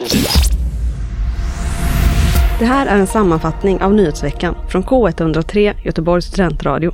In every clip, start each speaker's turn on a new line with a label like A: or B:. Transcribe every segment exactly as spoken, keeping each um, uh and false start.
A: Det här är en sammanfattning av nyhetsveckan från K ett noll tre Göteborgs studentradio.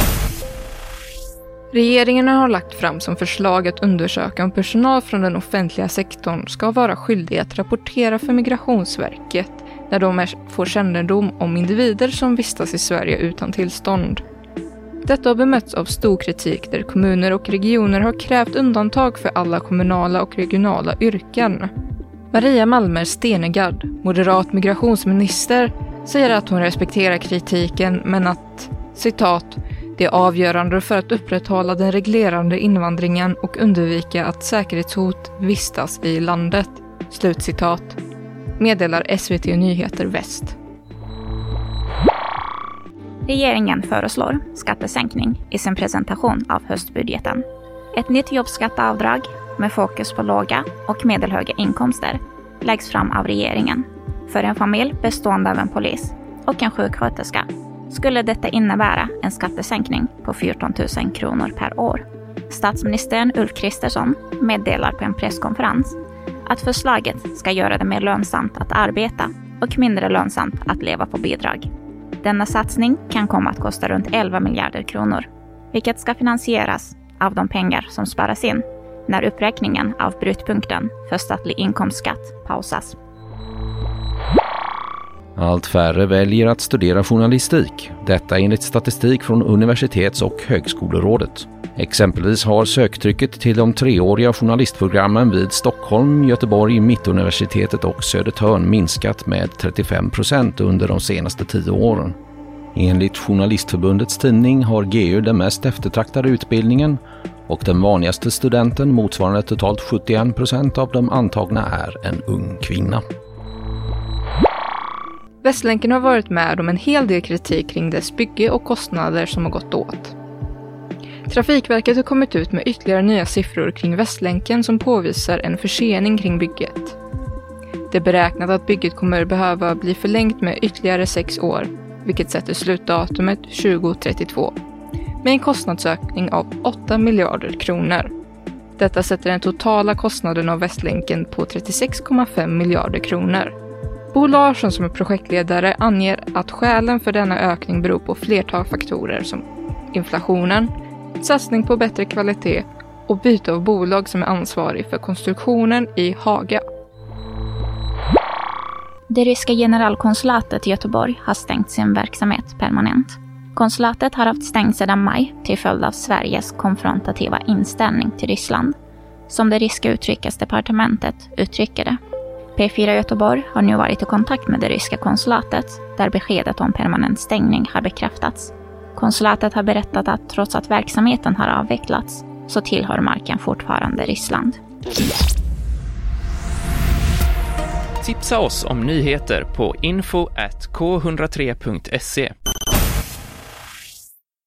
B: Regeringen har lagt fram som förslag att undersöka om personal från den offentliga sektorn ska vara skyldiga att rapportera för Migrationsverket när de får kännedom om individer som vistas i Sverige utan tillstånd. Detta har bemötts av stor kritik där kommuner och regioner har krävt undantag för alla kommunala och regionala yrken. Maria Malmer Stenegard, moderat migrationsminister, säger att hon respekterar kritiken men att, citat, det är avgörande för att upprätthålla den reglerande invandringen och undvika att säkerhetshot vistas i landet. Slutcitat. Meddelar S V T Nyheter Väst.
C: Regeringen föreslår skattesänkning i sin presentation av höstbudgeten. Ett nytt jobbskatteavdrag med fokus på låga och medelhöga inkomster läggs fram av regeringen. För en familj bestående av en polis och en sjuksköterska skulle detta innebära en skattesänkning på fjorton tusen kronor per år. Statsministern Ulf Kristersson meddelar på en presskonferens att förslaget ska göra det mer lönsamt att arbeta och mindre lönsamt att leva på bidrag. Denna satsning kan komma att kosta runt elva miljarder kronor, vilket ska finansieras av de pengar som sparas in när uppräkningen av brytpunkten för statlig inkomstskatt pausas.
D: Allt färre väljer att studera journalistik. Detta enligt statistik från Universitets- och högskolerådet. Exempelvis har söktrycket till de treåriga journalistprogrammen vid Stockholm, Göteborg, Mittuniversitetet och Södertörn minskat med trettiofem procent under de senaste tio åren. Enligt Journalistförbundets tidning har G U den mest eftertraktade utbildningen och den vanligaste studenten, motsvarande totalt sjuttioen procent av de antagna, är en ung kvinna.
B: Västlänken har varit med om en hel del kritik kring dess bygge och kostnader som har gått åt. Trafikverket har kommit ut med ytterligare nya siffror kring Västlänken som påvisar en försening kring bygget. Det är beräknat att bygget kommer behöva bli förlängt med ytterligare sex år, vilket sätter slutdatumet tjugo trettiotvå, med en kostnadsökning av åtta miljarder kronor. Detta sätter den totala kostnaden av Västlänken på trettiosex komma fem miljarder kronor. Bo Larsson som är projektledare anger att skälen för denna ökning beror på flertal faktorer som inflationen, satsning på bättre kvalitet och byte av bolag som är ansvarig för konstruktionen i Haga.
C: Det ryska generalkonsulatet i Göteborg har stängt sin verksamhet permanent. Konsulatet har haft stängt sedan maj till följd av Sveriges konfrontativa inställning till Ryssland, som det ryska utrikesdepartementet uttrycker det. P fyra Göteborg har nu varit i kontakt med det ryska konsulatet där beskedet om permanent stängning har bekräftats. Konsulatet har berättat att trots att verksamheten har avvecklats så tillhör marken fortfarande Ryssland.
E: Tipsa oss om nyheter på info at k ett noll tre punkt se.